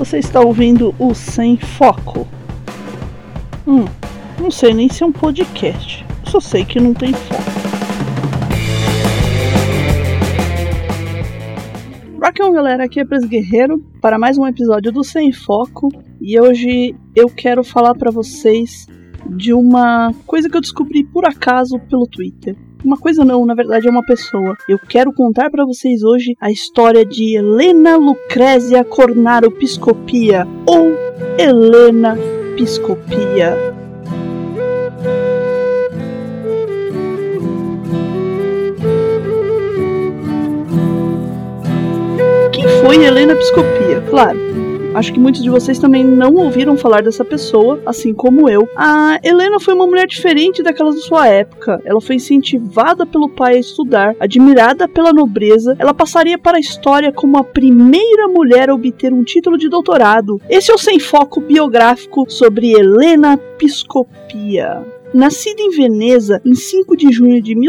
Você está ouvindo o Sem Foco. Não sei nem se é um podcast. Só sei que não tem foco. Rockão, galera, aqui é Pres Guerreiro para mais um episódio do Sem Foco. E hoje eu quero falar para vocês de uma coisa que eu descobri por acaso pelo Twitter. Uma coisa não, na verdade é uma pessoa. Eu quero contar para vocês hoje a história de Helena Lucrezia Cornaro Piscopia, ou Helena Piscopia. Quem foi Helena Piscopia? Claro, acho que muitos de vocês também não ouviram falar dessa pessoa, assim como eu. A Helena foi uma mulher diferente daquelas da sua época. Ela foi incentivada pelo pai a estudar, admirada pela nobreza. Ela passaria para a história como a primeira mulher a obter um título de doutorado. Esse é o Sem Foco biográfico sobre Helena Piscopia. Nascida em Veneza em 5 de junho de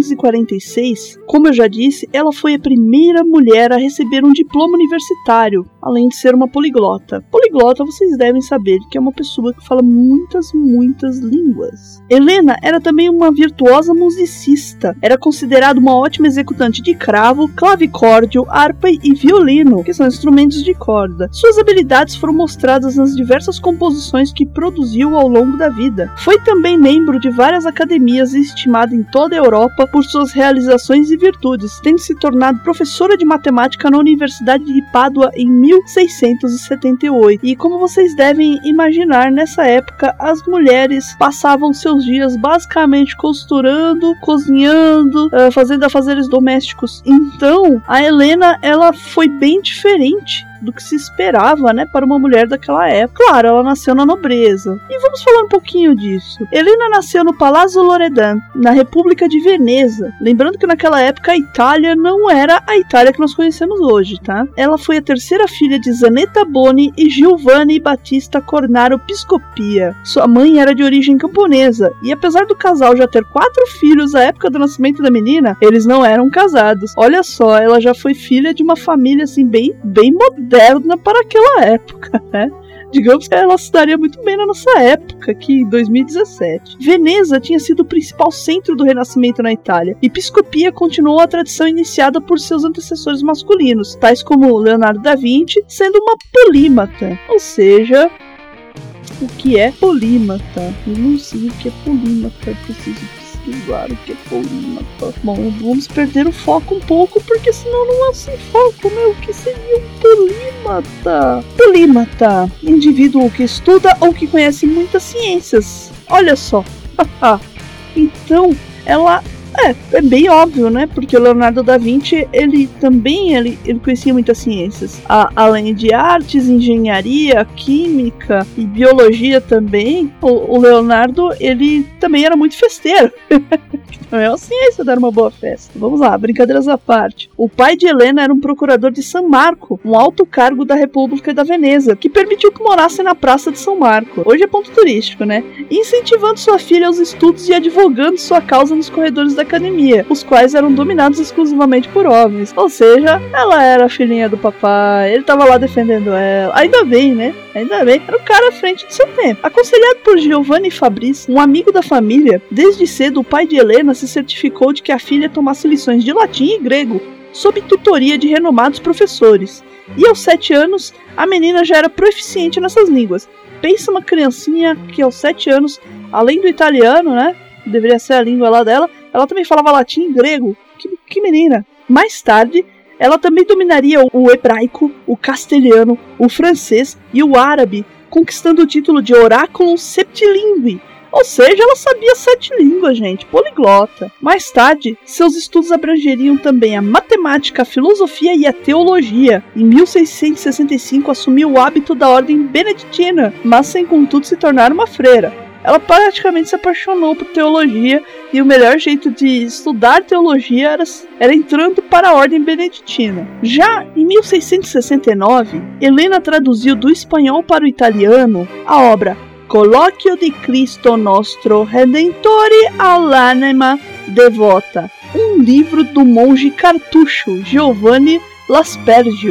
1646, como eu já disse, ela foi a primeira mulher a receber um diploma universitário, além de ser uma poliglota. Poliglota, vocês devem saber que é uma pessoa que fala muitas línguas. Helena era também uma virtuosa musicista, era considerada uma ótima executante de cravo, clavicórdio, harpa e violino, que são instrumentos de corda. Suas habilidades foram mostradas nas diversas composições que produziu ao longo da vida. Foi também membro de várias academias e estimada em toda a Europa por suas realizações e virtudes, tendo se tornado professora de matemática na Universidade de Pádua em 1678. E como vocês devem imaginar, nessa época as mulheres passavam seus dias basicamente costurando, cozinhando, fazendo afazeres domésticos. Então, a Helena, ela foi bem diferente do que se esperava, né, para uma mulher daquela época. Claro, ela nasceu na nobreza. E vamos falar um pouquinho disso. Helena nasceu no Palazzo Loredan, na República de Veneza. Lembrando que naquela época a Itália não era a Itália que nós conhecemos hoje, tá? Ela foi a terceira filha de Zanetta Boni e Giovanni Battista Cornaro Piscopia. Sua mãe era de origem camponesa, e apesar do casal já ter 4 filhos à época do nascimento da menina, eles não eram casados. Olha só, ela já foi filha de uma família assim bem moderna para aquela época, né? Digamos que ela se daria muito bem na nossa época, aqui em 2017. Veneza tinha sido o principal centro do Renascimento na Itália, e Piscopia continuou a tradição iniciada por seus antecessores masculinos, tais como Leonardo da Vinci, sendo uma polímata. Ou seja, o que é polímata? Eu não sei o que é polímata, preciso pesquisar o que é polímata. Bom, vamos perder o foco um pouco, porque senão não é sem foco, né? O que seria um polímata? Polímata, indivíduo que estuda ou que conhece muitas ciências. Olha só. Então, ela é bem óbvio, né? Porque o Leonardo da Vinci, ele conhecia muitas ciências. Além de artes, engenharia, química e biologia também, o Leonardo, ele também era muito festeiro. Então é uma ciência dar uma boa festa. Vamos lá, brincadeiras à parte. O pai de Helena era um procurador de San Marco, um alto cargo da República da Veneza, que permitiu que morasse na Praça de São Marco. Hoje é ponto turístico, né? Incentivando sua filha aos estudos e advogando sua causa nos corredores da academia, os quais eram dominados exclusivamente por homens. Ou seja, ela era a filhinha do papai, ele tava lá defendendo ela. Ainda bem, né? Ainda bem. Era o cara à frente do seu tempo. Aconselhado por Giovanni Fabris, um amigo da família, desde cedo o pai de Helena se certificou de que a filha tomasse lições de latim e grego, sob tutoria de renomados professores. E aos 7 anos, a menina já era proficiente nessas línguas. Pensa uma criancinha que aos 7 anos, além do italiano, né? Deveria ser a língua lá dela, ela também falava latim e grego. Que menina! Mais tarde, ela também dominaria o hebraico, o castelhano, o francês e o árabe, conquistando o título de Oraculum Septilingue. Ou seja, ela sabia 7 línguas, gente, poliglota. Mais tarde, seus estudos abrangeriam também a matemática, a filosofia e a teologia. Em 1665, assumiu o hábito da ordem beneditina, mas sem contudo se tornar uma freira. Ela praticamente se apaixonou por teologia, e o melhor jeito de estudar teologia era entrando para a ordem beneditina. Já em 1669, Helena traduziu do espanhol para o italiano a obra Colloquio di Cristo Nostro Redentore all'anima devota, um livro do monge cartucho Giovanni Laspergio, e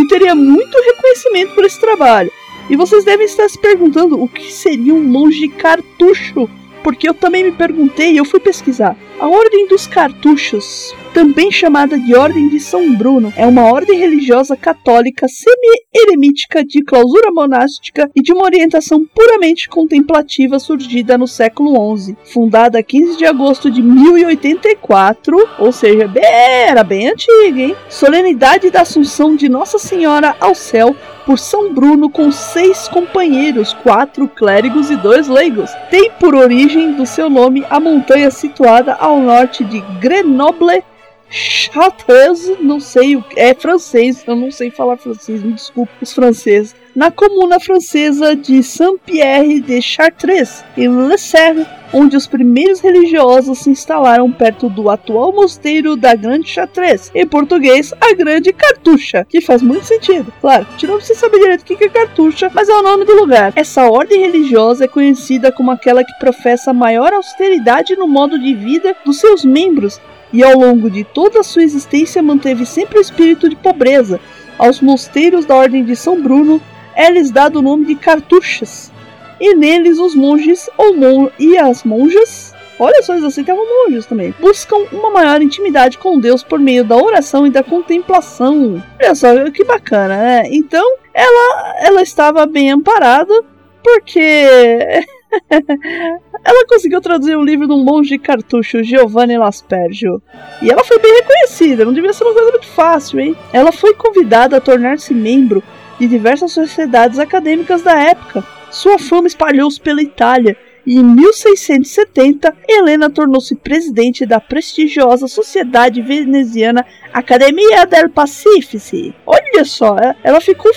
teria muito reconhecimento por esse trabalho. E vocês devem estar se perguntando o que seria um monge cartucho, porque eu também me perguntei e eu fui pesquisar. A Ordem dos Cartuchos, também chamada de Ordem de São Bruno, é uma ordem religiosa católica semi-eremítica de clausura monástica e de uma orientação puramente contemplativa surgida no século XI. Fundada 15 de agosto de 1084, ou seja, era bem antiga, hein? Solenidade da Assunção de Nossa Senhora ao Céu por São Bruno com 6 companheiros, 4 clérigos e 2 leigos. Tem por origem do seu nome a montanha situada ao norte de Grenoble, Chartres, não sei, é francês, eu não sei falar francês, me desculpe os franceses, na comuna francesa de Saint-Pierre de Chartres, em Le Serre, onde os primeiros religiosos se instalaram perto do atual mosteiro da Grande Chartres, em português, a Grande Cartucha, que faz muito sentido. Claro, a gente não precisa saber direito o que é Cartucha, mas é o nome do lugar. Essa ordem religiosa é conhecida como aquela que professa maior austeridade no modo de vida dos seus membros, e ao longo de toda a sua existência manteve sempre o espírito de pobreza. Aos mosteiros da Ordem de São Bruno é-lhes dado o nome de cartuchas, e neles os monges e as monjas, olha só, eles aceitavam monges também, buscam uma maior intimidade com Deus por meio da oração e da contemplação. Olha só, que bacana, né? Então, ela estava bem amparada, porque ela conseguiu traduzir um livro de um monge cartucho, Giovanni Laspergio. E ela foi bem reconhecida, não devia ser uma coisa muito fácil, hein? Ela foi convidada a tornar-se membro de diversas sociedades acadêmicas da época. Sua fama espalhou-se pela Itália e em 1670 Helena tornou-se presidente da prestigiosa Sociedade Veneziana Academia del Pacifici. Olha só, ela ficou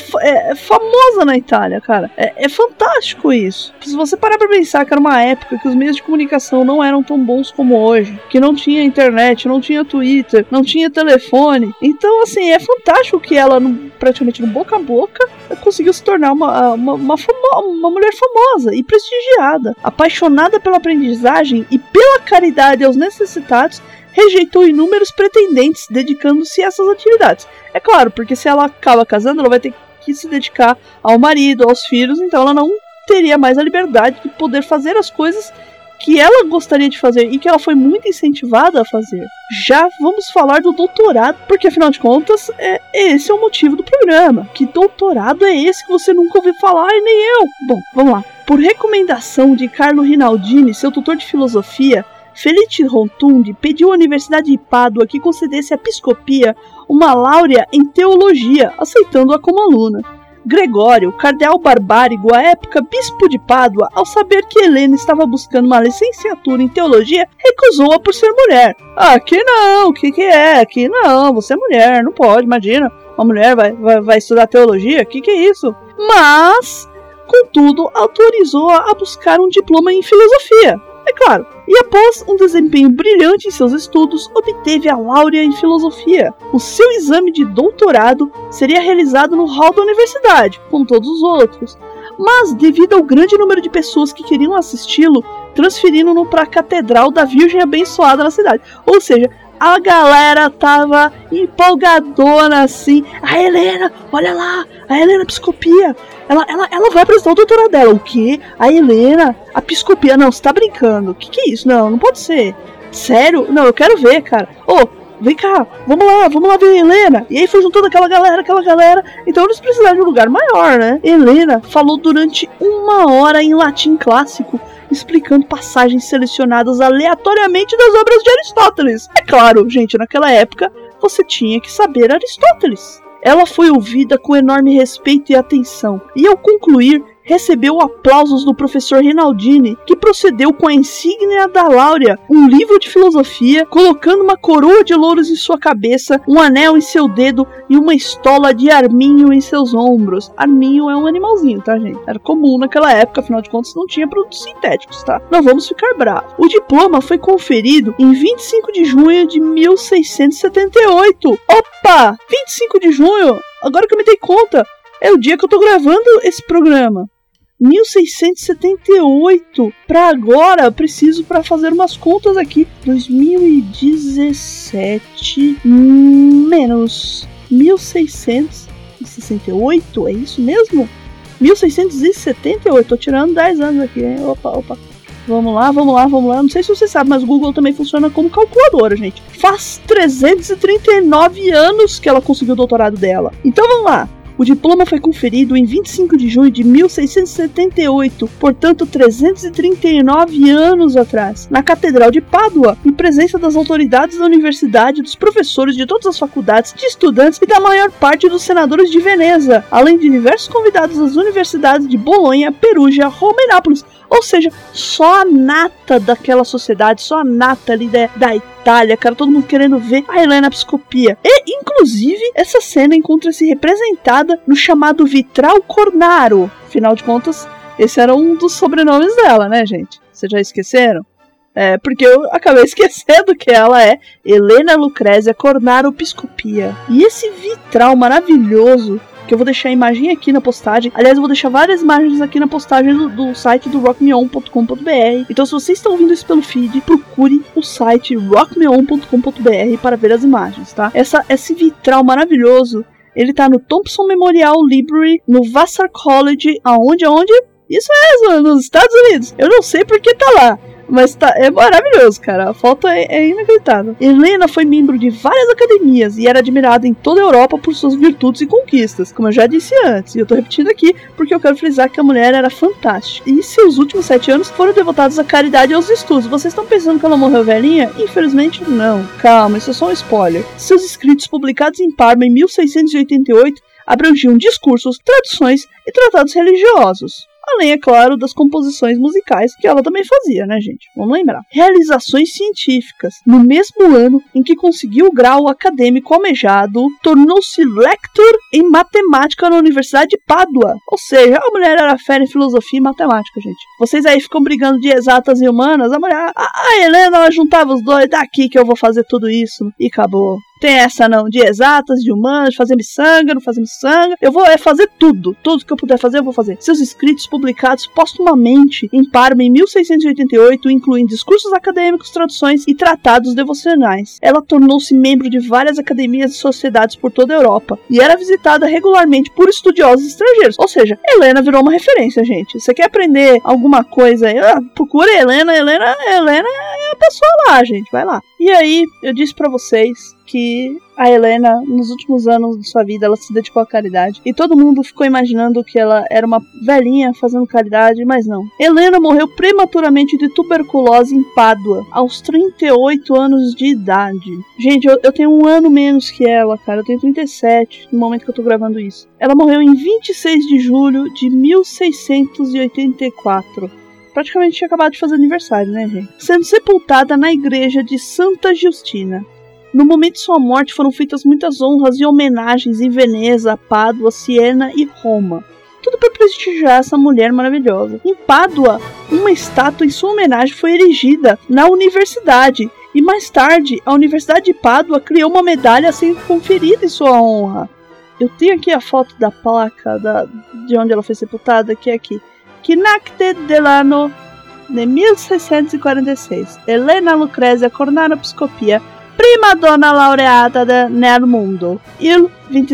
famosa na Itália, cara. É fantástico isso. Se você parar pra pensar que era uma época que os meios de comunicação não eram tão bons como hoje, que não tinha internet, não tinha Twitter, não tinha telefone. Então, assim, é fantástico que ela, praticamente no boca a boca, conseguiu se tornar uma mulher famosa e prestigiada. Apaixonada pela aprendizagem e pela caridade aos necessitados, rejeitou inúmeros pretendentes, dedicando-se a essas atividades. É claro, porque se ela acaba casando, ela vai ter que se dedicar ao marido, aos filhos, então ela não teria mais a liberdade de poder fazer as coisas que ela gostaria de fazer e que ela foi muito incentivada a fazer. Já vamos falar do doutorado, porque afinal de contas, esse é o motivo do programa. Que doutorado é esse que você nunca ouviu falar e nem eu? Bom, vamos lá. Por recomendação de Carlo Rinaldini, seu tutor de filosofia, Felice Rotundi pediu à Universidade de Pádua que concedesse à episcopia uma laurea em teologia, aceitando-a como aluna. Gregório, cardeal barbárigo, à época bispo de Pádua, ao saber que Helena estava buscando uma licenciatura em teologia, recusou-a por ser mulher. Aqui não, o que é? Aqui não, você é mulher, não pode, imagina. Uma mulher vai estudar teologia? Que é isso? Mas, contudo, autorizou-a a buscar um diploma em filosofia. É claro, e após um desempenho brilhante em seus estudos, obteve a laurea em filosofia. O seu exame de doutorado seria realizado no hall da universidade, como todos os outros, mas devido ao grande número de pessoas que queriam assisti-lo, transferindo-no para a Catedral da Virgem Abençoada na cidade. Ou seja, a galera tava empolgadona assim. A Helena, olha lá, a Helena Episcopia. Ela vai apresentar o doutorado dela. O quê? A Helena, a Episcopia. Não, você tá brincando. Que é isso? Não pode ser. Sério? Não, eu quero ver, cara. Vem cá, vamos lá ver a Helena. E aí foi juntando aquela galera. Então eles precisaram de um lugar maior, né? Helena falou durante 1 hora em latim clássico, explicando passagens selecionadas aleatoriamente das obras de Aristóteles. É claro, gente, naquela época você tinha que saber Aristóteles. Ela foi ouvida com enorme respeito e atenção, e ao concluir, recebeu aplausos do professor Rinaldini, que procedeu com a insígnia da laurea, um livro de filosofia, colocando uma coroa de louros em sua cabeça, um anel em seu dedo e uma estola de arminho em seus ombros. Arminho é um animalzinho, tá, gente? Era comum naquela época, afinal de contas não tinha produtos sintéticos, tá? Não vamos ficar bravos. O diploma foi conferido em 25 de junho de 1678. Opa! 25 de junho? Agora que eu me dei conta, é o dia que eu tô gravando esse programa. 1678. Pra agora, eu preciso para fazer umas contas aqui. 2017 menos 1600 1668, é isso mesmo? 1678, tô tirando 10 anos aqui, hein? Opa. Vamos lá. Não sei se você sabe, mas o Google também funciona como calculadora, gente. Faz 339 anos que ela conseguiu o doutorado dela. Então vamos lá. O diploma foi conferido em 25 de junho de 1678, portanto 339 anos atrás, na Catedral de Pádua, em presença das autoridades da universidade, dos professores de todas as faculdades, de estudantes e da maior parte dos senadores de Veneza, além de diversos convidados das universidades de Bolonha, Perugia, Roma e Nápoles. Ou seja, só a nata daquela sociedade, só a nata ali da Itália, cara, todo mundo querendo ver a Helena Pscopia. E, inclusive, essa cena encontra-se representada no chamado Vitral Cornaro. Afinal de contas, esse era um dos sobrenomes dela, né, gente? Vocês já esqueceram? Porque eu acabei esquecendo que ela é Helena Lucrezia Cornaro Pscopia. E esse vitral maravilhoso, que eu vou deixar a imagem aqui na postagem. Aliás, eu vou deixar várias imagens aqui na postagem do site do rockmeon.com.br. Então, se vocês estão ouvindo isso pelo feed, procure o site rockmeon.com.br para ver as imagens, tá? Esse vitral maravilhoso, ele tá no Thompson Memorial Library, no Vassar College, aonde? Isso mesmo, nos Estados Unidos. Eu não sei porque tá lá, mas é maravilhoso, cara. A foto é inacreditável. Helena foi membro de várias academias e era admirada em toda a Europa por suas virtudes e conquistas, como eu já disse antes. E eu tô repetindo aqui porque eu quero frisar que a mulher era fantástica. E seus últimos 7 anos foram devotados à caridade e aos estudos. Vocês estão pensando que ela morreu velhinha? Infelizmente, não. Calma, isso é só um spoiler. Seus escritos publicados em Parma em 1688 abrangiam discursos, traduções e tratados religiosos. Além, é claro, das composições musicais que ela também fazia, né, gente? Vamos lembrar. Realizações científicas. No mesmo ano em que conseguiu o grau acadêmico almejado, tornou-se lector em matemática na Universidade de Pádua. Ou seja, a mulher era fera em filosofia e matemática, gente. Vocês aí ficam brigando de exatas e humanas. A mulher, a Helena, ela juntava os dois. Daqui que eu vou fazer tudo isso. E acabou. Tem essa não, de exatas, de humanas, fazer miçanga, não fazer miçanga. Eu vou fazer tudo que eu puder fazer, eu vou fazer. Seus escritos publicados postumamente em Parma em 1688 incluem discursos acadêmicos, traduções e tratados devocionais. Ela tornou-se membro de várias academias e sociedades por toda a Europa e era visitada regularmente por estudiosos estrangeiros. Ou seja, Helena virou uma referência, gente. Você quer aprender alguma coisa aí? Procura Helena é a pessoa lá, gente. Vai lá. E aí, eu disse pra vocês que a Helena, nos últimos anos de sua vida, ela se dedicou à caridade. E todo mundo ficou imaginando que ela era uma velhinha fazendo caridade, mas não. Helena morreu prematuramente de tuberculose em Pádua, aos 38 anos de idade. Gente, eu tenho um ano menos que ela, cara. Eu tenho 37 no momento que eu tô gravando isso. Ela morreu em 26 de julho de 1684. Praticamente tinha acabado de fazer aniversário, né, gente? Sendo sepultada na igreja de Santa Justina. No momento de sua morte foram feitas muitas honras e homenagens em Veneza, Pádua, Siena e Roma. Tudo para prestigiar essa mulher maravilhosa. Em Pádua, uma estátua em sua homenagem foi erigida na universidade. E mais tarde, a Universidade de Pádua criou uma medalha a ser conferida em sua honra. Eu tenho aqui a foto da placa de onde ela foi sepultada, que é aqui. Que nacte dell'anno de 1646, Helena Lucrezia Cornaro Pscopia, prima donna laureata nel mundo, il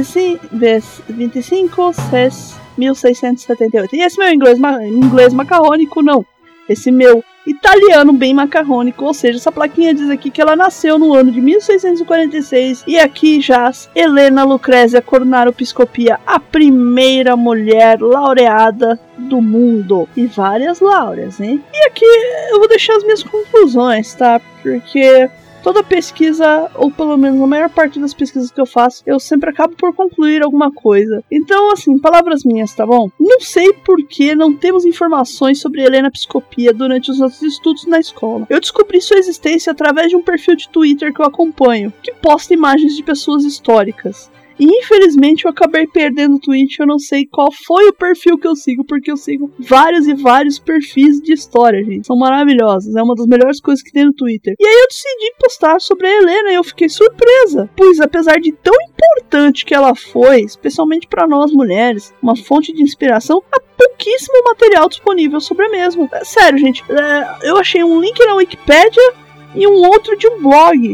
25/6/1678. E esse meu inglês macarrônico, não. Esse meu italiano bem macarrônico, ou seja, essa plaquinha diz aqui que ela nasceu no ano de 1646 e aqui jaz Helena Lucrezia Cornaro Pscopia, a primeira mulher laureada do mundo. E várias laureas, hein? E aqui eu vou deixar as minhas conclusões, tá? Porque toda pesquisa, ou pelo menos a maior parte das pesquisas que eu faço, eu sempre acabo por concluir alguma coisa. Então, assim, palavras minhas, tá bom? Não sei por que não temos informações sobre Helena Pscopia durante os nossos estudos na escola. Eu descobri sua existência através de um perfil de Twitter que eu acompanho, que posta imagens de pessoas históricas. E infelizmente eu acabei perdendo o tweet, eu não sei qual foi o perfil que eu sigo, porque eu sigo vários e vários perfis de história, gente. São maravilhosos, é uma das melhores coisas que tem no Twitter. E aí eu decidi postar sobre a Helena e eu fiquei surpresa, pois apesar de tão importante que ela foi, especialmente para nós mulheres, uma fonte de inspiração, há pouquíssimo material disponível sobre a mesma. Sério, gente, eu achei um link na Wikipédia e um outro de um blog,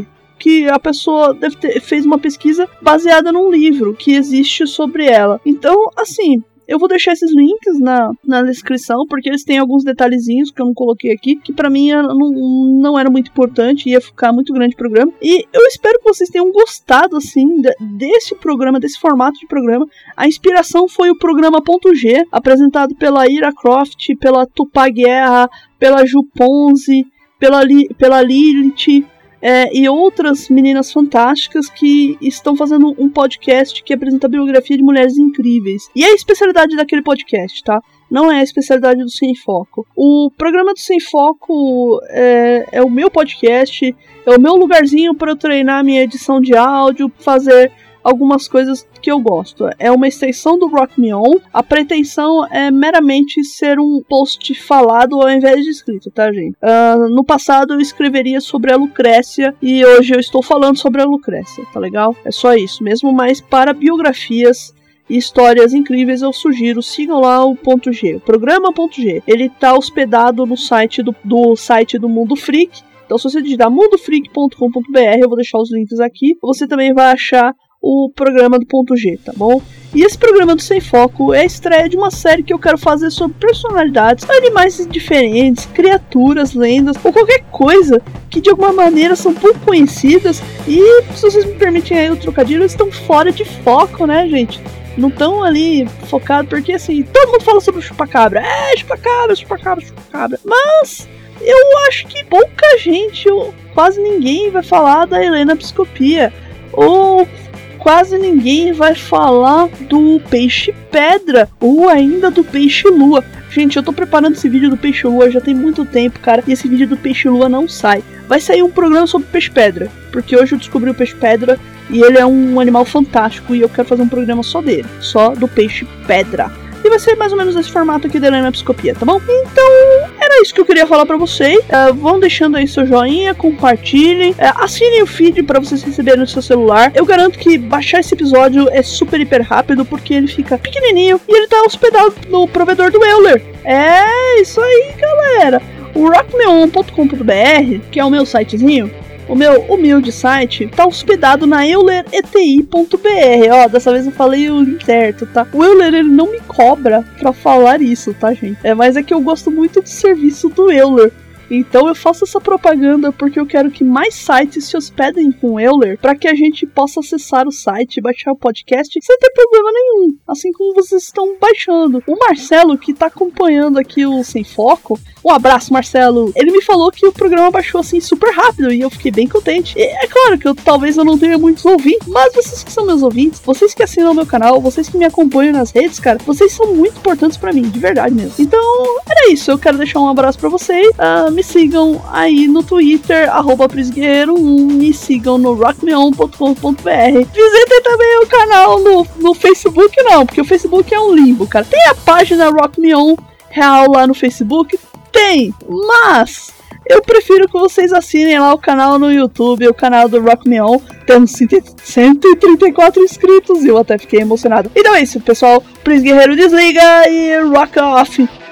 que a pessoa fez uma pesquisa baseada num livro que existe sobre ela. Então, assim, eu vou deixar esses links na descrição, porque eles têm alguns detalhezinhos que eu não coloquei aqui, que pra mim não era muito importante, ia ficar muito grande o programa. E eu espero que vocês tenham gostado, assim, desse programa, desse formato de programa. A inspiração foi o programa .G, apresentado pela Ira Croft, pela Tupá Guerra, pela Ju Ponzi, pela Lilith, e outras meninas fantásticas que estão fazendo um podcast que apresenta a biografia de mulheres incríveis. E é a especialidade daquele podcast, tá? Não é a especialidade do Sem Foco. O programa do Sem Foco é o meu podcast, é o meu lugarzinho para eu treinar minha edição de áudio, fazer algumas coisas que eu gosto. É uma extensão do Rock Me On. A pretensão é meramente ser um post falado ao invés de escrito, tá, gente? No passado eu escreveria sobre a Lucrécia e hoje eu estou falando sobre a Lucrécia, tá legal? É só isso mesmo, mas para biografias e histórias incríveis eu sugiro, sigam lá o .G, o programa .G. Ele tá hospedado no site do Mundo Freak. Então se você digitar mundofreak.com.br, eu vou deixar os links aqui, você também vai achar o programa do .G, tá bom? E esse programa do Sem Foco é a estreia de uma série que eu quero fazer sobre personalidades, animais diferentes, criaturas, lendas, ou qualquer coisa que de alguma maneira são pouco conhecidas e, se vocês me permitem aí o trocadilho, eles estão fora de foco, né, gente? Não estão ali focados, porque assim, todo mundo fala sobre o chupacabra. Chupacabra. Mas eu acho que pouca gente, ou quase ninguém, vai falar da Helena Psicopia. Ou quase ninguém vai falar do Peixe Pedra, ou ainda do Peixe Lua. Gente, eu tô preparando esse vídeo do Peixe Lua já tem muito tempo, cara, e esse vídeo do Peixe Lua não sai. Vai sair um programa sobre Peixe Pedra, porque hoje eu descobri o Peixe Pedra e ele é um animal fantástico e eu quero fazer um programa só dele, só do Peixe Pedra. E vai ser mais ou menos esse formato aqui da Helena Psicopia, tá bom? Então, era isso que eu queria falar pra vocês. Vão deixando aí seu joinha, compartilhem, assinem o feed pra vocês receberem no seu celular. Eu garanto que baixar esse episódio é super, hiper rápido, porque ele fica pequenininho e ele tá hospedado no provedor do Euler. É isso aí, galera. O rockmeon.com.br, que é o meu sitezinho, o meu humilde site, tá hospedado na eulereti.br. Ó, dessa vez eu falei o link certo, tá? O Euler, ele não me cobra pra falar isso, tá, gente? Mas é que eu gosto muito do serviço do Euler. Então eu faço essa propaganda porque eu quero que mais sites se hospedem com o Euler, para que a gente possa acessar o site e baixar o podcast sem ter problema nenhum, assim como vocês estão baixando. O Marcelo, que tá acompanhando aqui o Sem Foco, um abraço, Marcelo, ele me falou que o programa baixou assim super rápido e eu fiquei bem contente. E é claro que talvez eu não tenha muitos ouvintes, mas vocês que são meus ouvintes, vocês que assinam o meu canal, vocês que me acompanham nas redes, cara, vocês são muito importantes pra mim, de verdade mesmo. Então, era isso, eu quero deixar um abraço pra vocês. Me sigam aí no Twitter, @prisguerreiro1, me sigam no rockmeon.com.br. Visitem também o canal no Facebook, não, porque o Facebook é um limbo, cara. Tem a página Rockmeon real lá no Facebook? Tem, mas eu prefiro que vocês assinem lá o canal no YouTube, o canal do Rockmeon. Temos 134 inscritos e eu até fiquei emocionado. Então é isso, pessoal. Pris Guerreiro desliga e rock off!